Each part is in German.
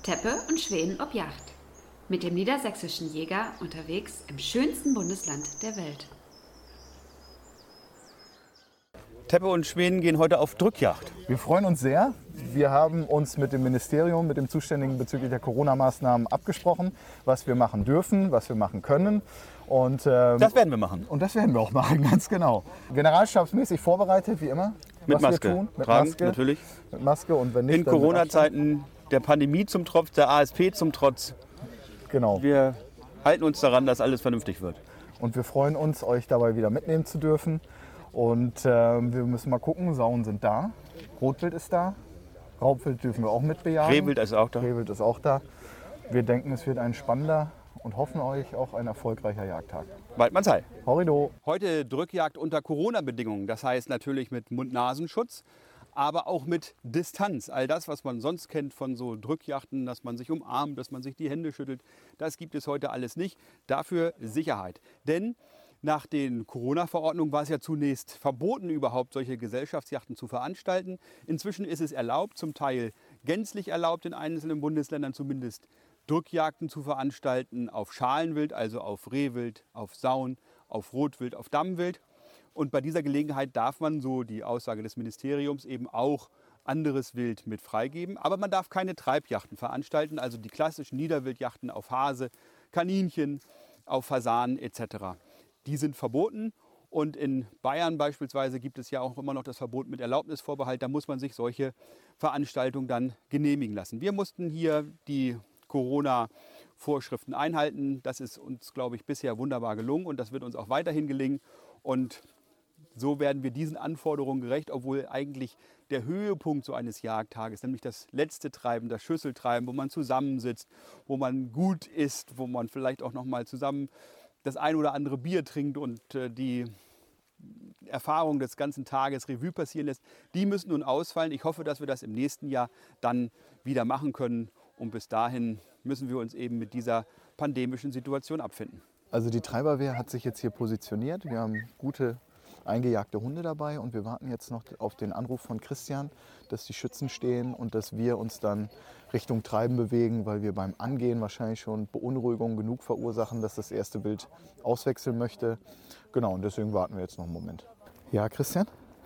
Teppe und Schweden ob Yacht. Mit dem niedersächsischen Jäger unterwegs im schönsten Bundesland der Welt. Teppe und Schweden gehen heute auf Drückjagd. Wir freuen uns sehr. Wir haben uns mit dem Ministerium, mit dem Zuständigen bezüglich der Corona-Maßnahmen abgesprochen, was wir machen dürfen, was wir machen können. Und, das werden wir machen. Und das werden wir auch machen, ganz genau. Generalstabsmäßig vorbereitet, wie immer. Mit Maske. Wir tun. Mit Tragen, Maske. Natürlich. Mit Maske und wenn nicht, in Corona-Zeiten der Pandemie zum Trotz, der ASP zum Trotz. Genau. Wir halten uns daran, dass alles vernünftig wird. Und wir freuen uns, euch dabei wieder mitnehmen zu dürfen. Und wir müssen mal gucken, Sauen sind da, Rotwild ist da, Raubwild dürfen wir auch mitbejagen. Rehwild ist auch da. Rehwild ist auch da. Wir denken, es wird ein spannender und hoffen euch auch ein erfolgreicher Jagdtag. Waldmannsheil. Horrido. Heute Drückjagd unter Corona-Bedingungen, das heißt natürlich mit Mund-Nasenschutz, aber auch mit Distanz. All das, was man sonst kennt von so Drückjagden, dass man sich umarmt, dass man sich die Hände schüttelt, das gibt es heute alles nicht. Dafür Sicherheit. Denn nach den Corona-Verordnungen war es ja zunächst verboten, überhaupt solche Gesellschaftsjachten zu veranstalten. Inzwischen ist es erlaubt, zum Teil gänzlich erlaubt, in einzelnen Bundesländern zumindest Drückjagden zu veranstalten auf Schalenwild, also auf Rehwild, auf Sauen, auf Rotwild, auf Dammwild. Und bei dieser Gelegenheit darf man, so die Aussage des Ministeriums, eben auch anderes Wild mit freigeben. Aber man darf keine Treibjachten veranstalten, also die klassischen Niederwildjachten auf Hase, Kaninchen, auf Fasanen etc. Die sind verboten und in Bayern beispielsweise gibt es ja auch immer noch das Verbot mit Erlaubnisvorbehalt. Da muss man sich solche Veranstaltungen dann genehmigen lassen. Wir mussten hier die Corona-Vorschriften einhalten. Das ist uns, glaube ich, bisher wunderbar gelungen und das wird uns auch weiterhin gelingen. Und so werden wir diesen Anforderungen gerecht, obwohl eigentlich der Höhepunkt so eines Jagdtages, nämlich das letzte Treiben, das Schüsseltreiben, wo man zusammensitzt, wo man gut isst, wo man vielleicht auch noch mal zusammen das ein oder andere Bier trinkt und die Erfahrung des ganzen Tages Revue passieren lässt, die müssen nun ausfallen. Ich hoffe, dass wir das im nächsten Jahr dann wieder machen können. Und bis dahin müssen wir uns eben mit dieser pandemischen Situation abfinden. Also die Treiberwehr hat sich jetzt hier positioniert. Wir haben gute eingejagte Hunde dabei und wir warten jetzt noch auf den Anruf von Christian, dass die Schützen stehen und dass wir uns dann Richtung Treiben bewegen, weil wir beim Angehen wahrscheinlich schon Beunruhigung genug verursachen, dass das erste Wild auswechseln möchte. Genau, und deswegen warten wir jetzt noch einen Moment. Ja, Christian?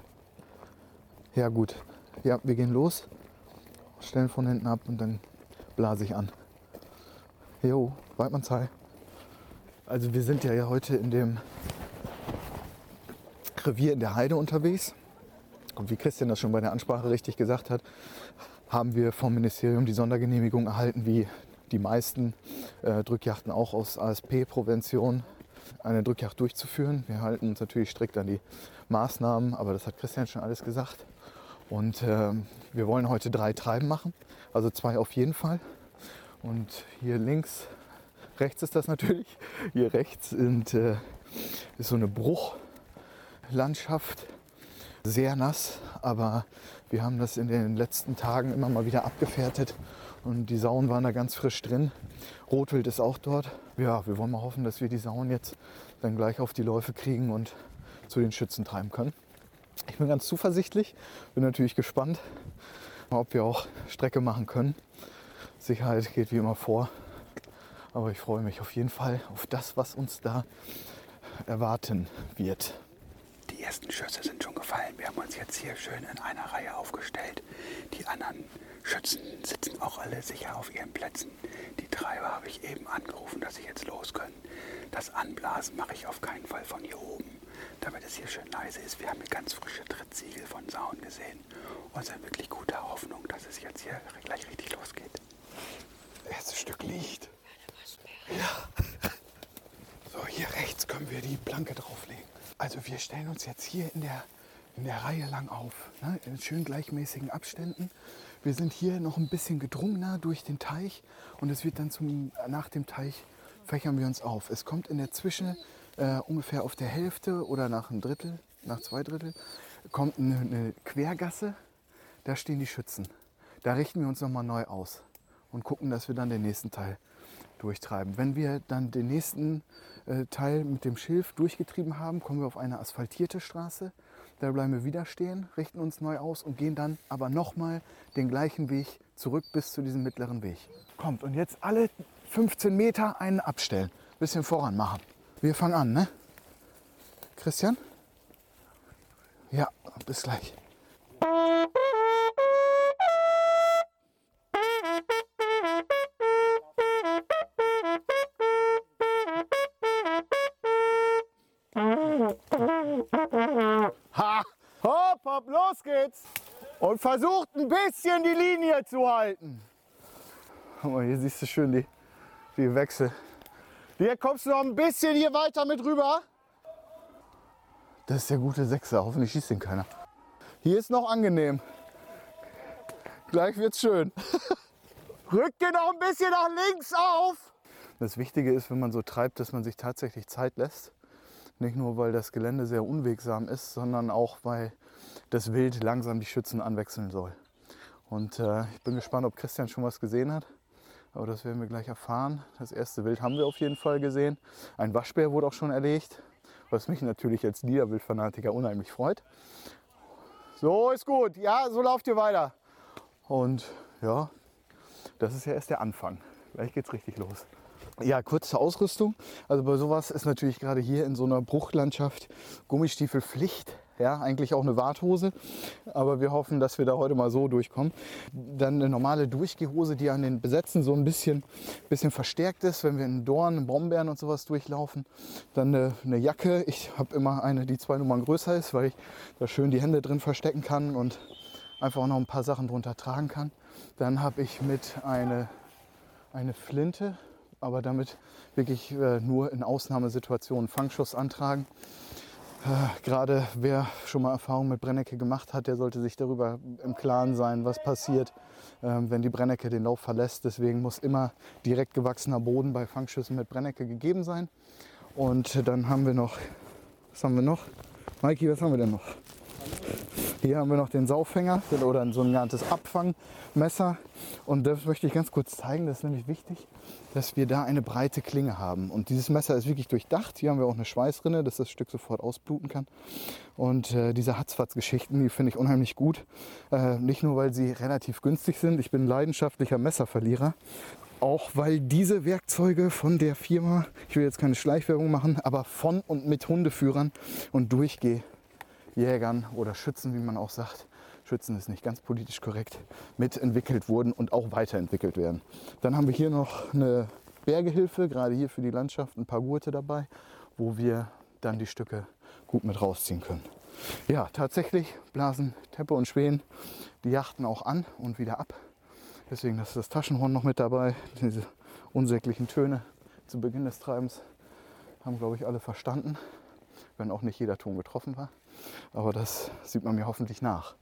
Ja, gut. Ja, wir gehen los, stellen von hinten ab und dann blase ich an. Jo, Waldmannsheil. Also wir sind ja heute in dem Revier in der Heide unterwegs. Und wie Christian das schon bei der Ansprache richtig gesagt hat, haben wir vom Ministerium die Sondergenehmigung erhalten, wie die meisten Drückjachten auch aus ASP-Prävention, eine Drückjagd durchzuführen. Wir halten uns natürlich strikt an die Maßnahmen, aber das hat Christian schon alles gesagt. Und wir wollen heute 3 Treiben machen, also 2 auf jeden Fall. Und hier links, rechts ist das natürlich, hier rechts ist so eine Bruchlandschaft, sehr nass, aber wir haben das in den letzten Tagen immer mal wieder abgefährtet und die Sauen waren da ganz frisch drin. Rotwild ist auch dort. Ja, wir wollen mal hoffen, dass wir die Sauen jetzt dann gleich auf die Läufe kriegen und zu den Schützen treiben können. Ich bin ganz zuversichtlich, bin natürlich gespannt, ob wir auch Strecke machen können. Sicherheit geht wie immer vor, aber ich freue mich auf jeden Fall auf das, was uns da erwarten wird. Die ersten Schüsse sind schon gefallen. Wir haben uns jetzt hier schön in einer Reihe aufgestellt. Die anderen Schützen sitzen auch alle sicher auf ihren Plätzen. Die Treiber habe ich eben angerufen, dass sie jetzt los können. Das Anblasen mache ich auf keinen Fall von hier oben, damit es hier schön leise ist. Wir haben hier ganz frische Trittsiegel von Sauen gesehen und sind wirklich guter Hoffnung, dass es jetzt hier gleich richtig losgeht. Das erste Stück liegt. Ja. So, hier rechts können wir die Planke drauflegen. Also wir stellen uns jetzt hier in der Reihe lang auf, ne? In schön gleichmäßigen Abständen. Wir sind hier noch ein bisschen gedrungener durch den Teich und es wird dann nach dem Teich fächern wir uns auf. Es kommt in der Zwischen ungefähr auf der Hälfte oder nach einem Drittel, nach 2 Drittel, kommt eine Quergasse, da stehen die Schützen. Da richten wir uns nochmal neu aus und gucken, dass wir dann den nächsten Teil durchtreiben. Wenn wir dann den nächsten Teil mit dem Schilf durchgetrieben haben, kommen wir auf eine asphaltierte Straße. Da bleiben wir wieder stehen, richten uns neu aus und gehen dann aber nochmal den gleichen Weg zurück bis zu diesem mittleren Weg. Kommt, und jetzt alle 15 Meter einen abstellen. Bisschen voran machen. Wir fangen an, ne? Christian? Ja, bis gleich. Ha! Hopp, hopp, los geht's! Und versucht ein bisschen die Linie zu halten. Guck mal, hier siehst du schön die Wechsel. Hier kommst du noch ein bisschen hier weiter mit rüber. Das ist der gute Sechser, hoffentlich schießt ihn keiner. Hier ist noch angenehm. Gleich wird's schön. Rückt ihr noch ein bisschen nach links auf. Das Wichtige ist, wenn man so treibt, dass man sich tatsächlich Zeit lässt. Nicht nur, weil das Gelände sehr unwegsam ist, sondern auch, weil das Wild langsam die Schützen anwechseln soll. Und ich bin gespannt, ob Christian schon was gesehen hat. Aber das werden wir gleich erfahren. Das erste Wild haben wir auf jeden Fall gesehen. Ein Waschbär wurde auch schon erlegt, was mich natürlich als Niederwildfanatiker unheimlich freut. So ist gut. Ja, so lauft ihr weiter. Und ja, das ist ja erst der Anfang. Gleich geht's richtig los. Ja, kurz zur Ausrüstung. Also bei sowas ist natürlich gerade hier in so einer Bruchlandschaft Gummistiefel Pflicht. Ja, eigentlich auch eine Warthose. Aber wir hoffen, dass wir da heute mal so durchkommen. Dann eine normale Durchgehhose, die an den Besätzen so ein bisschen verstärkt ist, wenn wir in Dornen, Brombeeren und sowas durchlaufen. Dann eine Jacke. Ich habe immer eine, die 2 Nummern größer ist, weil ich da schön die Hände drin verstecken kann und einfach auch noch ein paar Sachen drunter tragen kann. Dann habe ich mit eine Flinte, aber damit wirklich nur in Ausnahmesituationen Fangschuss antragen. Gerade wer schon mal Erfahrung mit Brennecke gemacht hat, der sollte sich darüber im Klaren sein, was passiert, wenn die Brennecke den Lauf verlässt. Deswegen muss immer direkt gewachsener Boden bei Fangschüssen mit Brennecke gegeben sein. Und dann haben wir noch, was haben wir noch? Maiki, was haben wir denn noch? Hier haben wir noch den Saufänger oder so ein ganzes Abfangmesser. Und das möchte ich ganz kurz zeigen. Das ist nämlich wichtig, dass wir da eine breite Klinge haben. Und dieses Messer ist wirklich durchdacht. Hier haben wir auch eine Schweißrinne, dass das Stück sofort ausbluten kann. Und diese Hatzfatz-Geschichten, die finde ich unheimlich gut. Nicht nur, weil sie relativ günstig sind. Ich bin ein leidenschaftlicher Messerverlierer. Auch weil diese Werkzeuge von der Firma, ich will jetzt keine Schleichwerbung machen, aber von und mit Hundeführern und Durchgehjägern oder Schützen, wie man auch sagt, Schützen ist nicht ganz politisch korrekt, mitentwickelt wurden und auch weiterentwickelt werden. Dann haben wir hier noch eine Bergehilfe, gerade hier für die Landschaft, ein paar Gurte dabei, wo wir dann die Stücke gut mit rausziehen können. Ja, tatsächlich blasen Teppe und Schwänen die Yachten auch an und wieder ab. Deswegen ist das Taschenhorn noch mit dabei. Diese unsäglichen Töne zu Beginn des Treibens haben, glaube ich, alle verstanden, wenn auch nicht jeder Ton getroffen war. Aber das sieht man mir hoffentlich nach.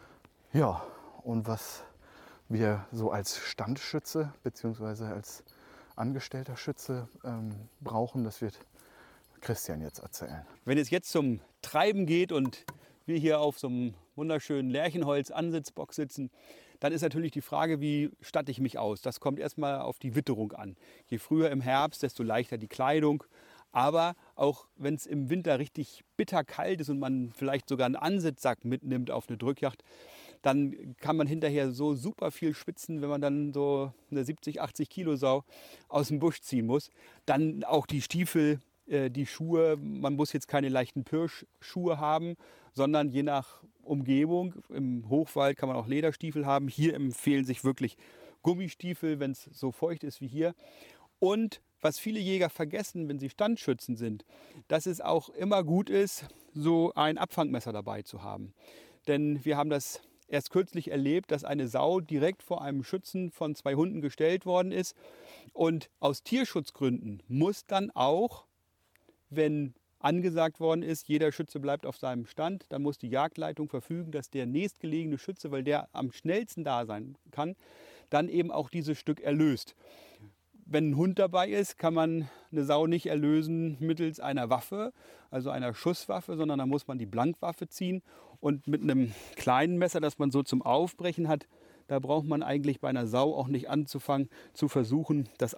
Ja, und was wir so als Standschütze bzw. als angestellter Schütze brauchen, das wird Christian jetzt erzählen. Wenn es jetzt zum Treiben geht und wir hier auf so einem wunderschönen Lärchenholz-Ansitzbock sitzen, dann ist natürlich die Frage, wie statte ich mich aus? Das kommt erstmal auf die Witterung an. Je früher im Herbst, desto leichter die Kleidung. Aber auch wenn es im Winter richtig bitterkalt ist und man vielleicht sogar einen Ansitzsack mitnimmt auf eine Drückjagd, dann kann man hinterher so super viel schwitzen, wenn man dann so eine 70, 80 Kilo Sau aus dem Busch ziehen muss. Dann auch die Stiefel, die Schuhe, man muss jetzt keine leichten Pirschschuhe haben, sondern je nach Umgebung, im Hochwald kann man auch Lederstiefel haben. Hier empfehlen sich wirklich Gummistiefel, wenn es so feucht ist wie hier. Und was viele Jäger vergessen, wenn sie Standschützen sind, dass es auch immer gut ist, so ein Abfangmesser dabei zu haben. Denn wir haben das erst kürzlich erlebt, dass eine Sau direkt vor einem Schützen von 2 Hunden gestellt worden ist. Und aus Tierschutzgründen muss dann auch, wenn angesagt worden ist, jeder Schütze bleibt auf seinem Stand, dann muss die Jagdleitung verfügen, dass der nächstgelegene Schütze, weil der am schnellsten da sein kann, dann eben auch dieses Stück erlöst. Wenn ein Hund dabei ist, kann man eine Sau nicht erlösen mittels einer Waffe, also einer Schusswaffe, sondern da muss man die Blankwaffe ziehen. Und mit einem kleinen Messer, das man so zum Aufbrechen hat, da braucht man eigentlich bei einer Sau auch nicht anzufangen, zu versuchen, das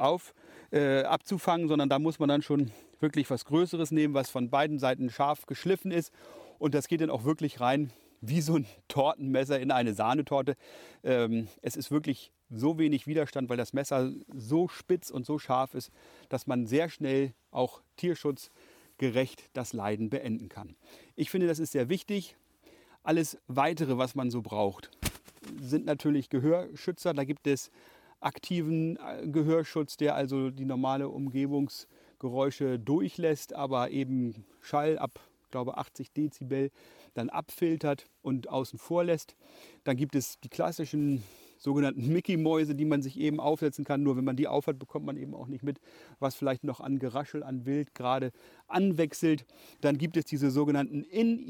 abzufangen, sondern da muss man dann schon wirklich was Größeres nehmen, was von beiden Seiten scharf geschliffen ist Und das geht dann auch wirklich rein wie so ein Tortenmesser in eine Sahnetorte. Es ist wirklich so wenig Widerstand, weil das Messer so spitz und so scharf ist, dass man sehr schnell auch tierschutzgerecht das Leiden beenden kann. Ich finde, das ist sehr wichtig. Alles Weitere, was man so braucht, sind natürlich Gehörschützer. Da gibt es aktiven Gehörschutz, der also die normale Umgebungsgeräusche durchlässt, aber eben Schall ab, glaube 80 Dezibel dann abfiltert und außen vor lässt. Dann gibt es die klassischen sogenannten Mickey-Mäuse, die man sich eben aufsetzen kann. Nur wenn man die aufhat, bekommt man eben auch nicht mit, was vielleicht noch an Geraschel, an Wild gerade anwechselt. Dann gibt es diese sogenannten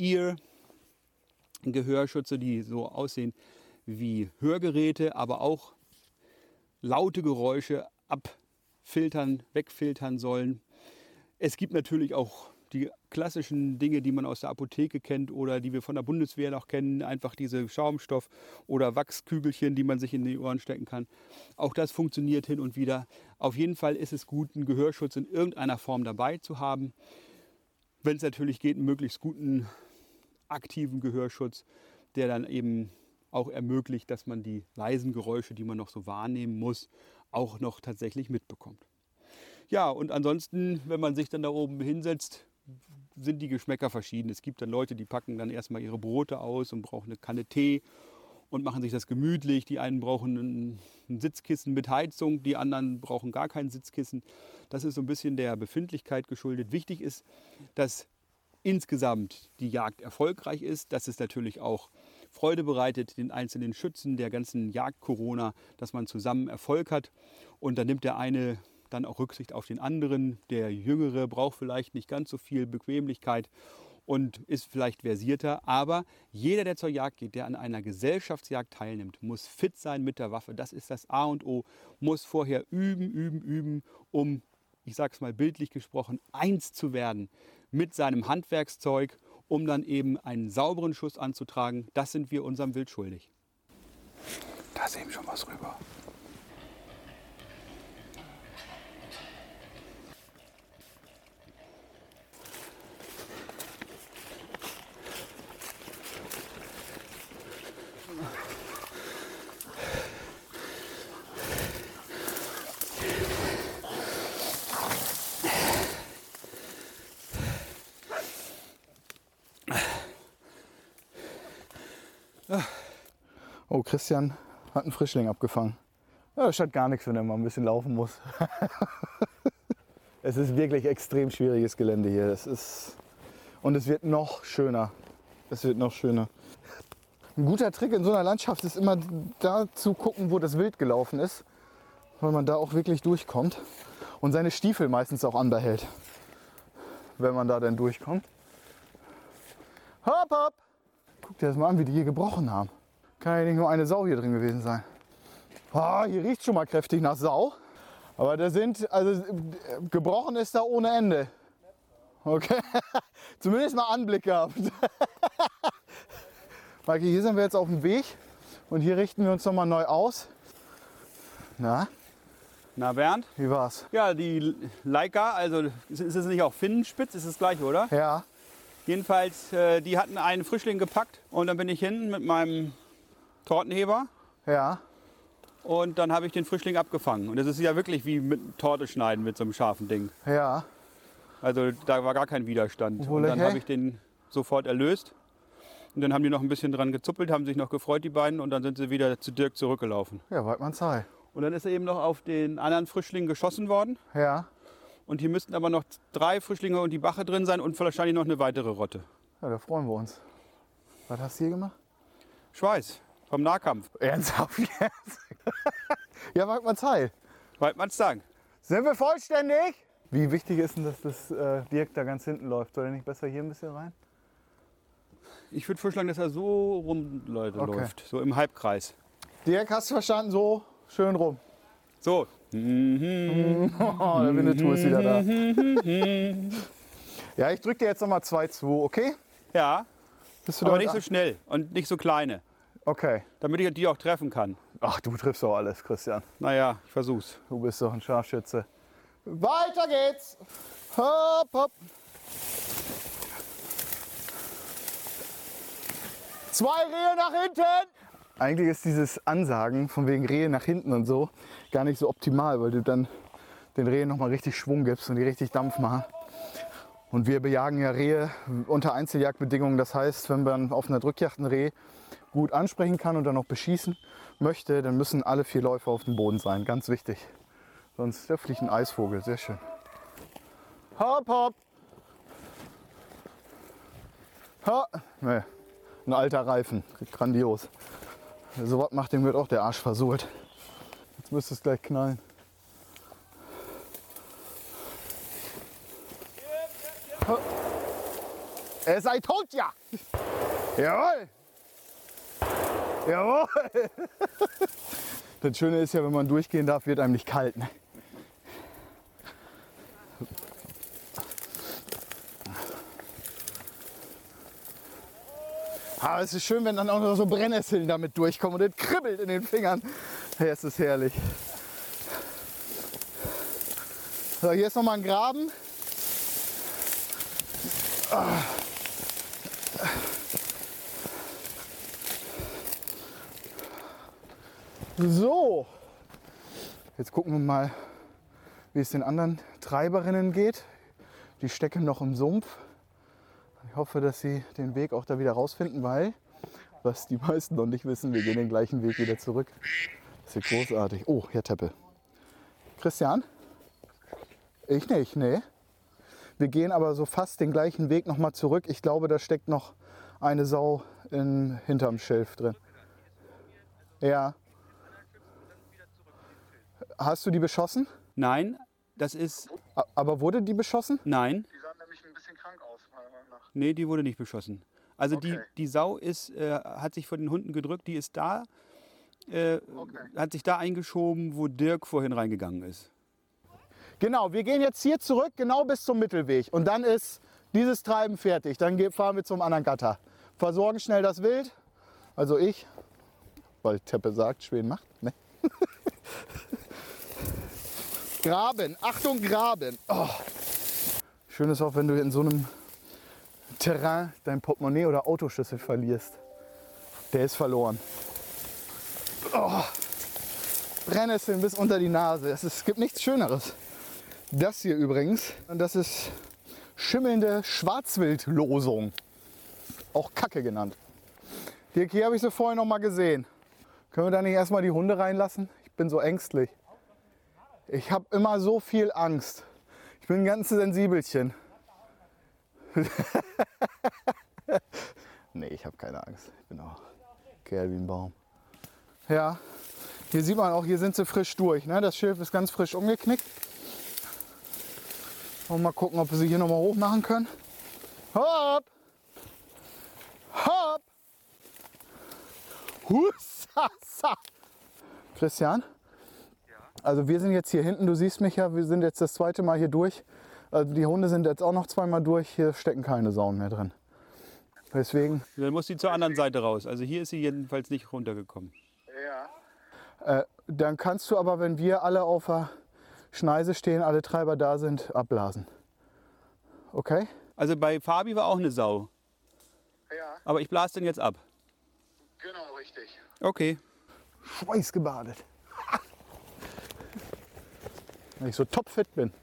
In-Ear-Gehörschützer, die so aussehen wie Hörgeräte, aber auch laute Geräusche abfiltern, wegfiltern sollen. Es gibt natürlich auch die klassischen Dinge, die man aus der Apotheke kennt oder die wir von der Bundeswehr noch kennen, einfach diese Schaumstoff- oder Wachskügelchen, die man sich in die Ohren stecken kann. Auch das funktioniert hin und wieder. Auf jeden Fall ist es gut, einen Gehörschutz in irgendeiner Form dabei zu haben. Wenn es natürlich geht, einen möglichst guten, aktiven Gehörschutz, der dann eben auch ermöglicht, dass man die leisen Geräusche, die man noch so wahrnehmen muss, auch noch tatsächlich mitbekommt. Ja, und ansonsten, wenn man sich dann da oben hinsetzt, sind die Geschmäcker verschieden. Es gibt dann Leute, die packen dann erstmal ihre Brote aus und brauchen eine Kanne Tee und machen sich das gemütlich. Die einen brauchen ein Sitzkissen mit Heizung, die anderen brauchen gar kein Sitzkissen. Das ist so ein bisschen der Befindlichkeit geschuldet. Wichtig ist, dass insgesamt die Jagd erfolgreich ist, dass es natürlich auch Freude bereitet den einzelnen Schützen der ganzen Jagd-Corona, dass man zusammen Erfolg hat. Und dann nimmt der eine dann auch Rücksicht auf den anderen. Der Jüngere braucht vielleicht nicht ganz so viel Bequemlichkeit und ist vielleicht versierter. Aber jeder, der zur Jagd geht, der an einer Gesellschaftsjagd teilnimmt, muss fit sein mit der Waffe. Das ist das A und O. Muss vorher üben, um, ich sage es mal bildlich gesprochen, eins zu werden mit seinem Handwerkszeug, um dann eben einen sauberen Schuss anzutragen. Das sind wir unserem Wild schuldig. Da ist eben schon was rüber. Oh, Christian hat einen Frischling abgefangen. Ja, das schadet gar nichts, wenn er mal ein bisschen laufen muss. Es ist wirklich extrem schwieriges Gelände hier. Und es wird noch schöner. Es wird noch schöner. Ein guter Trick in so einer Landschaft ist immer da zu gucken, wo das Wild gelaufen ist, weil man da auch wirklich durchkommt und seine Stiefel meistens auch anbehält, wenn man da dann durchkommt. Hopp, hopp! Guck dir das mal an, wie die hier gebrochen haben. Kann ja nicht nur eine Sau hier drin gewesen sein. Oh, hier riecht schon mal kräftig nach Sau. Aber da sind, also gebrochen ist da ohne Ende. Okay, zumindest mal Anblick gehabt. Maike, hier sind wir jetzt auf dem Weg und hier richten wir uns nochmal neu aus. Na Bernd? Wie war's? Ja, die Leica, also ist es nicht auch Finnenspitz, ist das gleiche, oder? Ja. Jedenfalls, die hatten einen Frischling gepackt und dann bin ich hin mit meinem Tortenheber Ja. und dann habe ich den Frischling abgefangen. Und das ist ja wirklich wie mit Torte schneiden mit so einem scharfen Ding. Ja. Also da war gar kein Widerstand. Wohl, Und dann hey. habe ich den sofort erlöst. Und dann haben die noch ein bisschen dran gezuppelt, haben sich noch gefreut, die beiden. Und dann sind sie wieder zu Dirk zurückgelaufen. Ja, Waldmannsheil. Und dann ist er eben noch auf den anderen Frischling geschossen worden. Ja. Und hier müssten aber noch 3 Frischlinge und die Bache drin sein und wahrscheinlich noch eine weitere Rotte. Ja, da freuen wir uns. Was hast du hier gemacht? Schweiß vom Nahkampf. Ernsthaft jetzt? Ja, Waldmannsheil. Waldmannstag. Sind wir vollständig? Wie wichtig ist denn, dass das Dirk da ganz hinten läuft? Soll er nicht besser hier ein bisschen rein? Ich würde vorschlagen, dass er so rum Okay. läuft, so im Halbkreis. Dirk, hast du verstanden? So schön rum. So. Oh, der Winnetou ist wieder da. Ja, ich drücke dir jetzt nochmal 2 zu, okay? Ja, Bist du aber damit nicht so schnell und nicht so kleine, Okay. damit ich die auch treffen kann. Ach, du triffst doch alles, Christian. Naja, ich versuch's. Du bist doch ein Scharfschütze. Weiter geht's. Hopp, hopp. 2 Rehe nach hinten! Eigentlich ist dieses Ansagen von wegen Rehe nach hinten und so gar nicht so optimal, weil du dann den Rehen nochmal richtig Schwung gibst und die richtig Dampf machen. Und wir bejagen ja Rehe unter Einzeljagdbedingungen. Das heißt, wenn man auf einer Drückjagd ein Reh gut ansprechen kann und dann noch beschießen möchte, dann müssen alle 4 Läufer auf dem Boden sein. Ganz wichtig. Sonst da fliegt ein Eisvogel. Sehr schön. Hopp, hopp. Ha. Nee. Ein alter Reifen. Grandios. Wer so was macht, dem wird auch der Arsch versohlt. Jetzt müsste es gleich knallen. As I told ya! Jawohl! Jawohl! Das Schöne ist ja, wenn man durchgehen darf, wird einem nicht kalt. Ne? Aber es ist schön, wenn dann auch noch so Brennnesseln damit durchkommen und es kribbelt in den Fingern. Hey, es ist herrlich. So, hier ist nochmal ein Graben. So, jetzt gucken wir mal, wie es den anderen Treiberinnen geht. Die stecken noch im Sumpf. Ich hoffe, dass sie den Weg auch da wieder rausfinden, weil, was die meisten noch nicht wissen, wir gehen den gleichen Weg wieder zurück. Das ist großartig. Oh, Herr Teppel. Christian? Ich nicht, nee. Wir gehen aber so fast den gleichen Weg noch mal zurück. Ich glaube, da steckt noch eine Sau hinterm Schilf drin. Ja. Hast du die beschossen? Nein, das ist... Aber wurde die beschossen? Nein. Die sahen nämlich ein bisschen krank aus, meiner Meinung nach. Nee, die wurde nicht beschossen. Also Okay. die Sau hat sich von den Hunden gedrückt, die ist da, hat sich da eingeschoben, wo Dirk vorhin reingegangen ist. Genau, wir gehen jetzt hier zurück, genau bis zum Mittelweg. Und dann ist dieses Treiben fertig. Dann fahren wir zum anderen Gatter. Versorgen schnell das Wild. Also ich, weil Teppe sagt, Schwen macht. Ne? Graben, Achtung, Graben. Oh. Schön ist auch, wenn du in so einem Terrain dein Portemonnaie oder Autoschlüssel verlierst. Der ist verloren. Oh. Brennnesseln bis unter die Nase. Es gibt nichts Schöneres. Das hier übrigens, das ist schimmelnde Schwarzwildlosung. Auch Kacke genannt. Dirk, hier habe ich sie vorhin noch mal gesehen. Können wir da nicht erstmal die Hunde reinlassen? Ich bin so ängstlich. Ich habe immer so viel Angst. Ich bin ein ganz Sensibelchen. Nee, ich habe keine Angst. Ich bin auch Kerl wie ein Baum. Ja, hier sieht man auch, hier sind sie frisch durch. Ne? Das Schilf ist ganz frisch umgeknickt. Und mal gucken, ob wir sie hier noch mal hoch machen können. Hopp! Hopp! Hussasa! Christian? Also wir sind jetzt hier hinten, du siehst mich ja, wir sind jetzt das 2. Mal hier durch. Also die Hunde sind jetzt auch noch 2 Mal durch, hier stecken keine Sauen mehr drin. Deswegen... Dann muss sie zur anderen Seite raus. Also hier ist sie jedenfalls nicht runtergekommen. Ja. Dann kannst du aber, wenn wir alle auf der Schneise stehen, alle Treiber da sind, abblasen. Okay? Also bei Fabi war auch eine Sau. Ja, Aber ich blase den jetzt ab. genau richtig. Okay. Schweißgebadet. Wenn ich so topfit bin.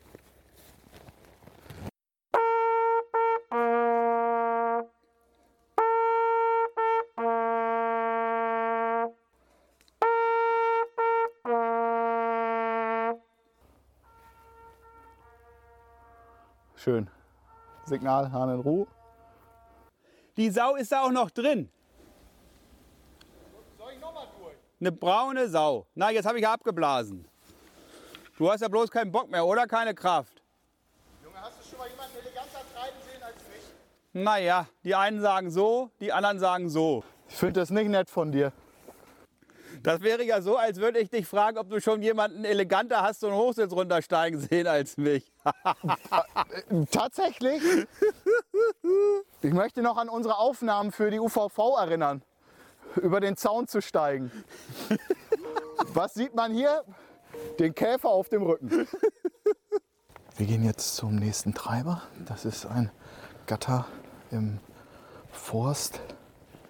Schön. Signal, Hahn in Ruhe. Die Sau ist da auch noch drin. Soll ich nochmal durch? Eine braune Sau. Na, jetzt habe ich abgeblasen. Du hast ja bloß keinen Bock mehr, oder? Keine Kraft. Junge, hast du schon mal jemanden eleganter treiben sehen als mich? Naja, die einen sagen so, die anderen sagen so. Ich finde das nicht nett von dir. Das wäre ja so, als würde ich dich fragen, ob du schon jemanden eleganter hast und Hochsitz runtersteigen sehen als mich. Tatsächlich? Ich möchte noch an unsere Aufnahmen für die UVV erinnern. Über den Zaun zu steigen. Was sieht man hier? Den Käfer auf dem Rücken. Wir gehen jetzt zum nächsten Treiber. Das ist ein Gatter im Forst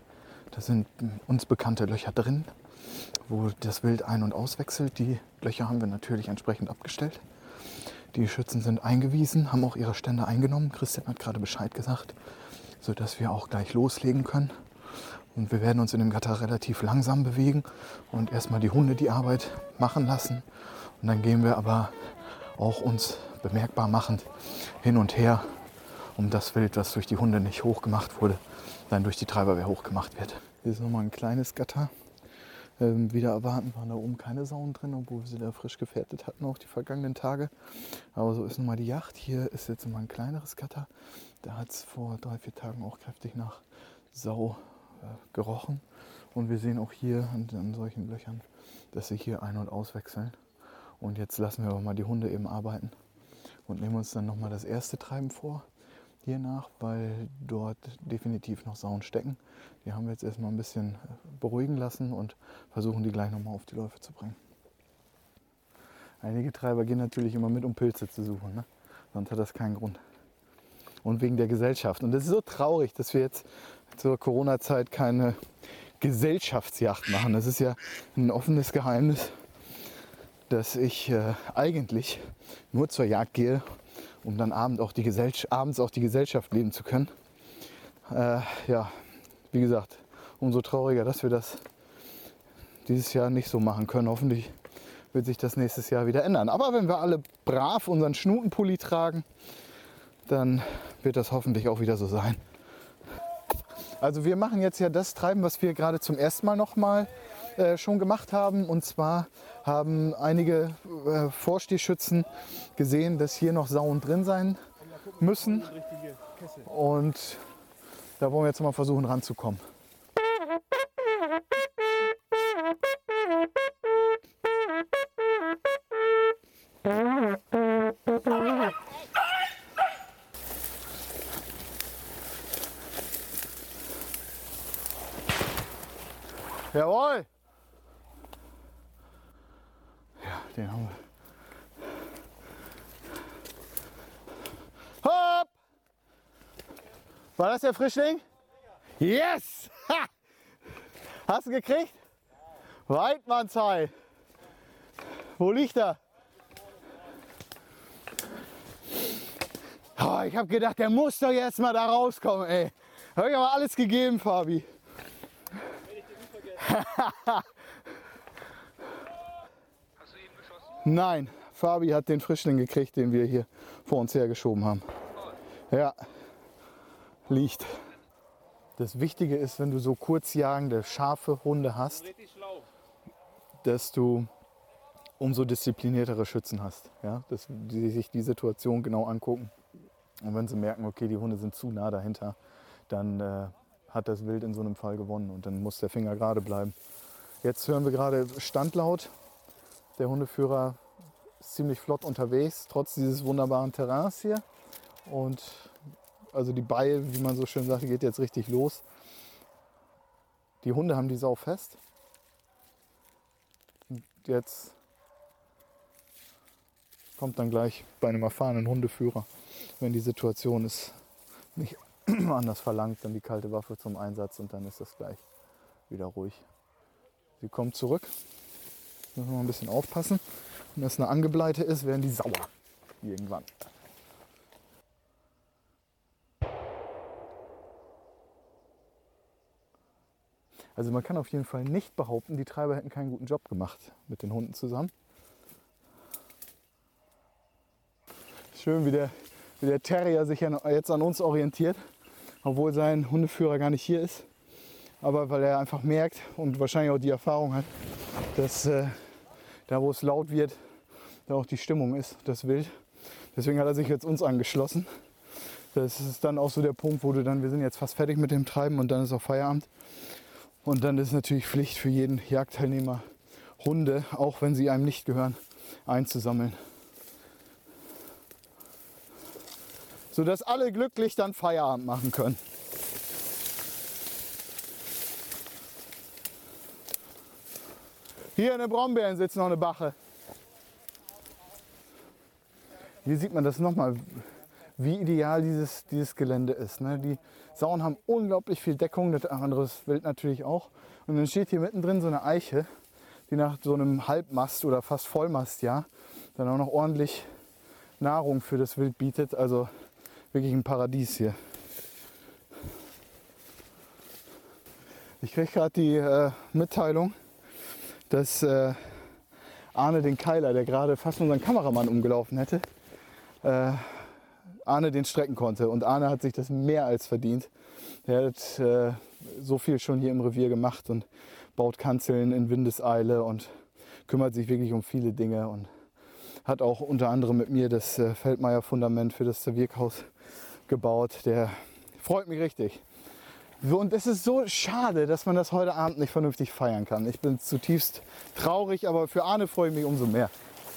Da sind uns bekannte Löcher drin, wo das Wild ein- und auswechselt. Die Löcher haben wir natürlich entsprechend abgestellt. Die Schützen sind eingewiesen, haben auch ihre Stände eingenommen. Christian hat gerade Bescheid gesagt, sodass wir auch gleich loslegen können. Und wir werden uns in dem Gatter relativ langsam bewegen und erstmal die Hunde die Arbeit machen lassen. Und dann gehen wir aber auch uns bemerkbar machend hin und her, um das Wild, das durch die Hunde nicht hochgemacht wurde, dann durch die Treiberwehr hochgemacht wird. Hier ist nochmal ein kleines Gatter. Wieder erwarten waren da oben keine Sauen drin, obwohl wir sie da frisch gefährdet hatten, auch die vergangenen Tage. Aber so ist nun mal die Jagd. Hier ist jetzt mal ein kleineres Gatter. Da hat es vor 3-4 Tagen auch kräftig nach Sau gerochen. Und wir sehen auch hier an solchen Löchern, dass sie hier ein- und auswechseln. Und jetzt lassen wir aber mal die Hunde eben arbeiten und nehmen uns dann nochmal das erste Treiben vor. Hier nach, weil dort definitiv noch Sauen stecken. Die haben wir jetzt erstmal ein bisschen beruhigen lassen und versuchen die gleich nochmal auf die Läufe zu bringen. Einige Treiber gehen natürlich immer mit, um Pilze zu suchen, ne? Sonst hat das keinen Grund. Und wegen der Gesellschaft. Und das ist so traurig, dass wir jetzt zur Corona-Zeit keine Gesellschaftsjagd machen. Das ist ja ein offenes Geheimnis, dass ich eigentlich nur zur Jagd gehe, um dann abends auch die Gesellschaft leben zu können. Ja, wie gesagt, umso trauriger, dass wir das dieses Jahr nicht so machen können. Hoffentlich wird sich das nächstes Jahr wieder ändern. Aber wenn wir alle brav unseren Schnutenpulli tragen, dann wird das hoffentlich auch wieder so sein. Also wir machen jetzt ja das Treiben, was wir gerade zum ersten Mal nochmal schon gemacht haben. Und zwar haben einige Vorstehschützen gesehen, dass hier noch Sauen drin sein müssen. Und da wollen wir jetzt mal versuchen ranzukommen. Jawohl! Ja, den haben wir. Hopp! War das der Frischling? Yes! Ha! Hast du gekriegt? Weidmannsheil. Wo liegt er? Oh, ich habe gedacht, der muss doch jetzt mal da rauskommen, ey. Habe ich aber alles gegeben, Fabi. Hast du ihn geschossen? Nein, Fabi hat den Frischling gekriegt, den wir hier vor uns hergeschoben haben. Ja, liegt. Das Wichtige ist, wenn du so kurzjagende, scharfe Hunde hast, dass du umso diszipliniertere Schützen hast. Ja? Dass die sich die Situation genau angucken. Und wenn sie merken, okay, die Hunde sind zu nah dahinter, dann hat das Wild in so einem Fall gewonnen und dann muss der Finger gerade bleiben. Jetzt hören wir gerade Standlaut. Der Hundeführer ist ziemlich flott unterwegs, trotz dieses wunderbaren Terrains hier. Und also die Beie, wie man so schön sagt, geht jetzt richtig los. Die Hunde haben die Sau fest. Und jetzt kommt dann gleich bei einem erfahrenen Hundeführer, wenn die Situation es nicht anders verlangt, dann die kalte Waffe zum Einsatz und dann ist das gleich wieder ruhig. Sie kommt zurück. Müssen wir mal ein bisschen aufpassen. Wenn das eine Angebleite ist, werden die sauer irgendwann. Also man kann auf jeden Fall nicht behaupten, die Treiber hätten keinen guten Job gemacht mit den Hunden zusammen. Schön, wie der Terrier sich ja jetzt an uns orientiert, obwohl sein Hundeführer gar nicht hier ist. Aber weil er einfach merkt und wahrscheinlich auch die Erfahrung hat, dass da wo es laut wird, da auch die Stimmung ist, das Wild. Deswegen hat er sich jetzt uns angeschlossen. Das ist dann auch so der Punkt, wo wir sind jetzt fast fertig mit dem Treiben und dann ist auch Feierabend. Und dann ist natürlich Pflicht für jeden Jagdteilnehmer, Hunde, auch wenn sie einem nicht gehören, einzusammeln. Sodass alle glücklich dann Feierabend machen können. Hier in den Brombeeren sitzt noch eine Bache. Hier sieht man das nochmal, wie ideal dieses Gelände ist. Ne? Die Sauen haben unglaublich viel Deckung, das andere Wild natürlich auch. Und dann steht hier mittendrin so eine Eiche, die nach so einem Halbmast oder fast Vollmast dann auch noch ordentlich Nahrung für das Wild bietet. Also wirklich ein Paradies hier. Ich kriege gerade die Mitteilung, dass Arne den Keiler, der gerade fast unseren Kameramann umgelaufen hätte, Arne den strecken konnte. Und Arne hat sich das mehr als verdient. Er hat so viel schon hier im Revier gemacht und baut Kanzeln in Windeseile und kümmert sich wirklich um viele Dinge und hat auch unter anderem mit mir das Feldmeier-Fundament für das Wirkhaus gebaut. Der freut mich richtig. So, und es ist so schade, dass man das heute Abend nicht vernünftig feiern kann. Ich bin zutiefst traurig, aber für Arne freue ich mich umso mehr.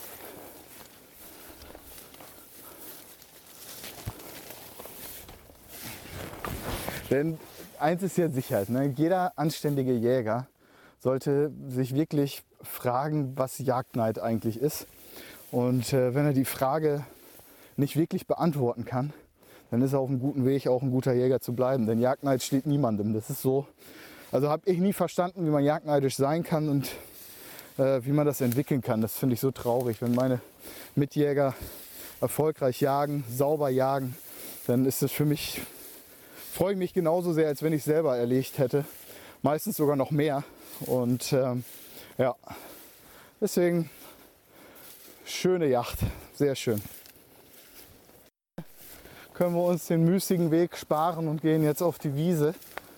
Denn eins ist ja sicher, ne? Jeder anständige Jäger sollte sich wirklich fragen, was Jagdneid eigentlich ist. Und wenn er die Frage nicht wirklich beantworten kann, dann ist er auf einem guten Weg, auch ein guter Jäger zu bleiben. Denn Jagdneid steht niemandem. Das ist so. Also habe ich nie verstanden, wie man jagdneidisch sein kann und wie man das entwickeln kann. Das finde ich so traurig. Wenn meine Mitjäger erfolgreich jagen, sauber jagen, dann ist es für mich, freue ich mich genauso sehr, als wenn ich selber erlegt hätte. Meistens sogar noch mehr. Und ja, deswegen schöne Yacht. Sehr schön. Können wir uns den müßigen Weg sparen und gehen jetzt auf die Wiese.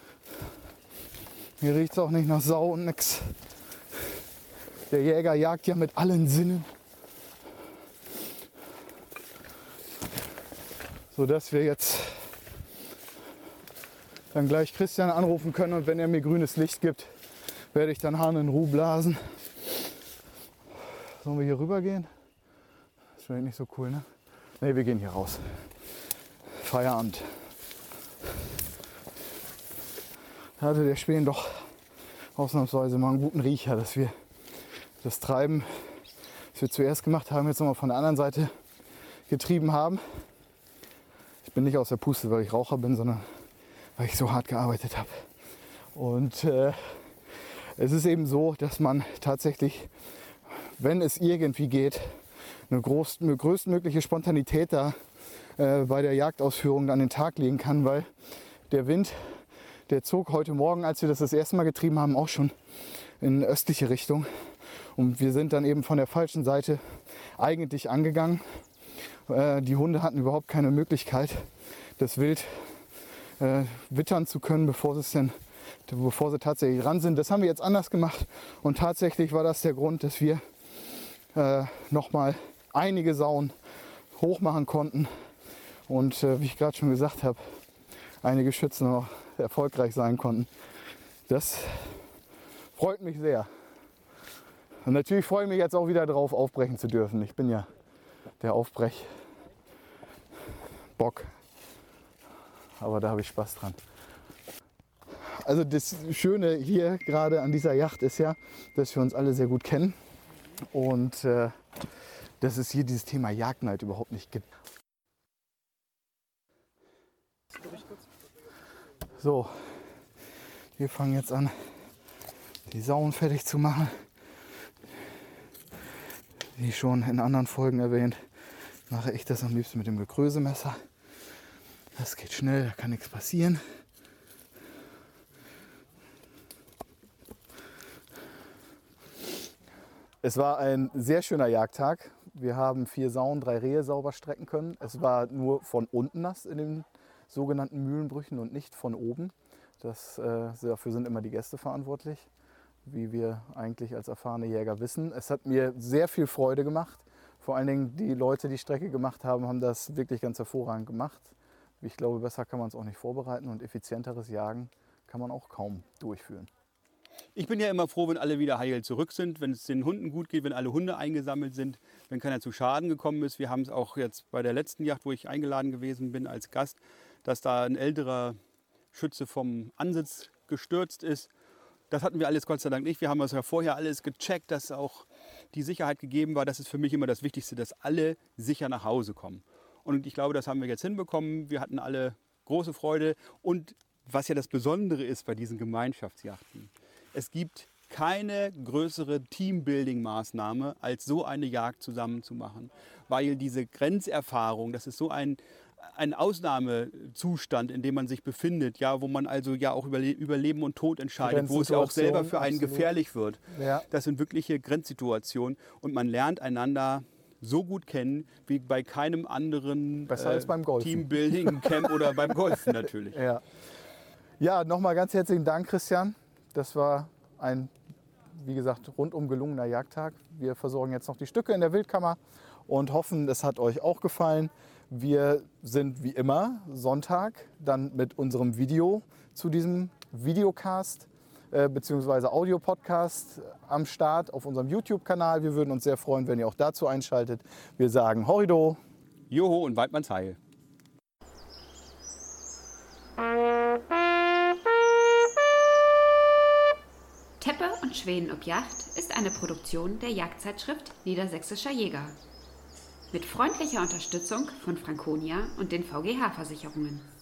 Hier riecht es auch nicht nach Sau und nix. Der Jäger jagt ja mit allen Sinnen. Sodass wir jetzt dann gleich Christian anrufen können und wenn er mir grünes Licht gibt, werde ich dann Hahn in Ruhe blasen. Sollen wir hier rüber gehen? Das ist vielleicht nicht so cool, ne? Ne, wir gehen hier raus. Feierabend. Da hatte der Spähen doch ausnahmsweise mal einen guten Riecher, dass wir das Treiben, das wir zuerst gemacht haben, jetzt nochmal von der anderen Seite getrieben haben. Ich bin nicht aus der Puste, weil ich Raucher bin, sondern weil ich so hart gearbeitet habe. Und es ist eben so, dass man tatsächlich, wenn es irgendwie geht, eine größtmögliche Spontanität da bei der Jagdausführung an den Tag legen kann, weil der Wind, der zog heute Morgen, als wir das erste Mal getrieben haben, auch schon in östliche Richtung. Und wir sind dann eben von der falschen Seite eigentlich angegangen. Die Hunde hatten überhaupt keine Möglichkeit, das Wild wittern zu können, bevor sie tatsächlich dran sind. Das haben wir jetzt anders gemacht und tatsächlich war das der Grund, dass wir nochmal einige Sauen hochmachen konnten und wie ich gerade schon gesagt habe, einige Schützen auch erfolgreich sein konnten. Das freut mich sehr. Und natürlich freue ich mich jetzt auch wieder darauf, aufbrechen zu dürfen. Ich bin ja der Aufbrechbock, aber da habe ich Spaß dran. Also das Schöne hier gerade an dieser Yacht ist ja, dass wir uns alle sehr gut kennen und dass es hier dieses Thema Jagdneid überhaupt nicht gibt. So, wir fangen jetzt an, die Sauen fertig zu machen. Wie schon in anderen Folgen erwähnt, mache ich das am liebsten mit dem Gekrösemesser. Das geht schnell, da kann nichts passieren. Es war ein sehr schöner Jagdtag. Wir haben 4 Sauen, 3 Rehe sauber strecken können. Es war nur von unten nass in den sogenannten Mühlenbrüchen und nicht von oben. Dafür sind immer die Gäste verantwortlich, wie wir eigentlich als erfahrene Jäger wissen. Es hat mir sehr viel Freude gemacht. Vor allen Dingen die Leute, die Strecke gemacht haben, haben das wirklich ganz hervorragend gemacht. Ich glaube, besser kann man es auch nicht vorbereiten und effizienteres Jagen kann man auch kaum durchführen. Ich bin ja immer froh, wenn alle wieder heil zurück sind, wenn es den Hunden gut geht, wenn alle Hunde eingesammelt sind, wenn keiner zu Schaden gekommen ist. Wir haben es auch jetzt bei der letzten Yacht, wo ich eingeladen gewesen bin als Gast, dass da ein älterer Schütze vom Ansitz gestürzt ist. Das hatten wir alles Gott sei Dank nicht. Wir haben es ja vorher alles gecheckt, dass auch die Sicherheit gegeben war. Das ist für mich immer das Wichtigste, dass alle sicher nach Hause kommen. Und ich glaube, das haben wir jetzt hinbekommen. Wir hatten alle große Freude. Und was ja das Besondere ist bei diesen Gemeinschaftsjachten, es gibt keine größere Teambuilding-Maßnahme, als so eine Jagd zusammen zu machen. Weil diese Grenzerfahrung, das ist so ein Ausnahmezustand, in dem man sich befindet, ja, wo man also ja auch über Leben und Tod entscheidet, wo es ja auch selber für einen gefährlich wird. Ja. Das sind wirkliche Grenzsituationen und man lernt einander so gut kennen wie bei keinem anderen Besser als beim Golfen. Teambuilding-Camp oder beim Golfen natürlich. Ja, ja, nochmal ganz herzlichen Dank, Christian. Das war ein, wie gesagt, rundum gelungener Jagdtag. Wir versorgen jetzt noch die Stücke in der Wildkammer und hoffen, es hat euch auch gefallen. Wir sind wie immer Sonntag dann mit unserem Video zu diesem Videocast bzw. Audio-Podcast am Start auf unserem YouTube-Kanal. Wir würden uns sehr freuen, wenn ihr auch dazu einschaltet. Wir sagen Horrido. Joho und Weidmanns Heil. Teppe und Schweden ob Yacht ist eine Produktion der Jagdzeitschrift Niedersächsischer Jäger. Mit freundlicher Unterstützung von Franconia und den VGH-Versicherungen.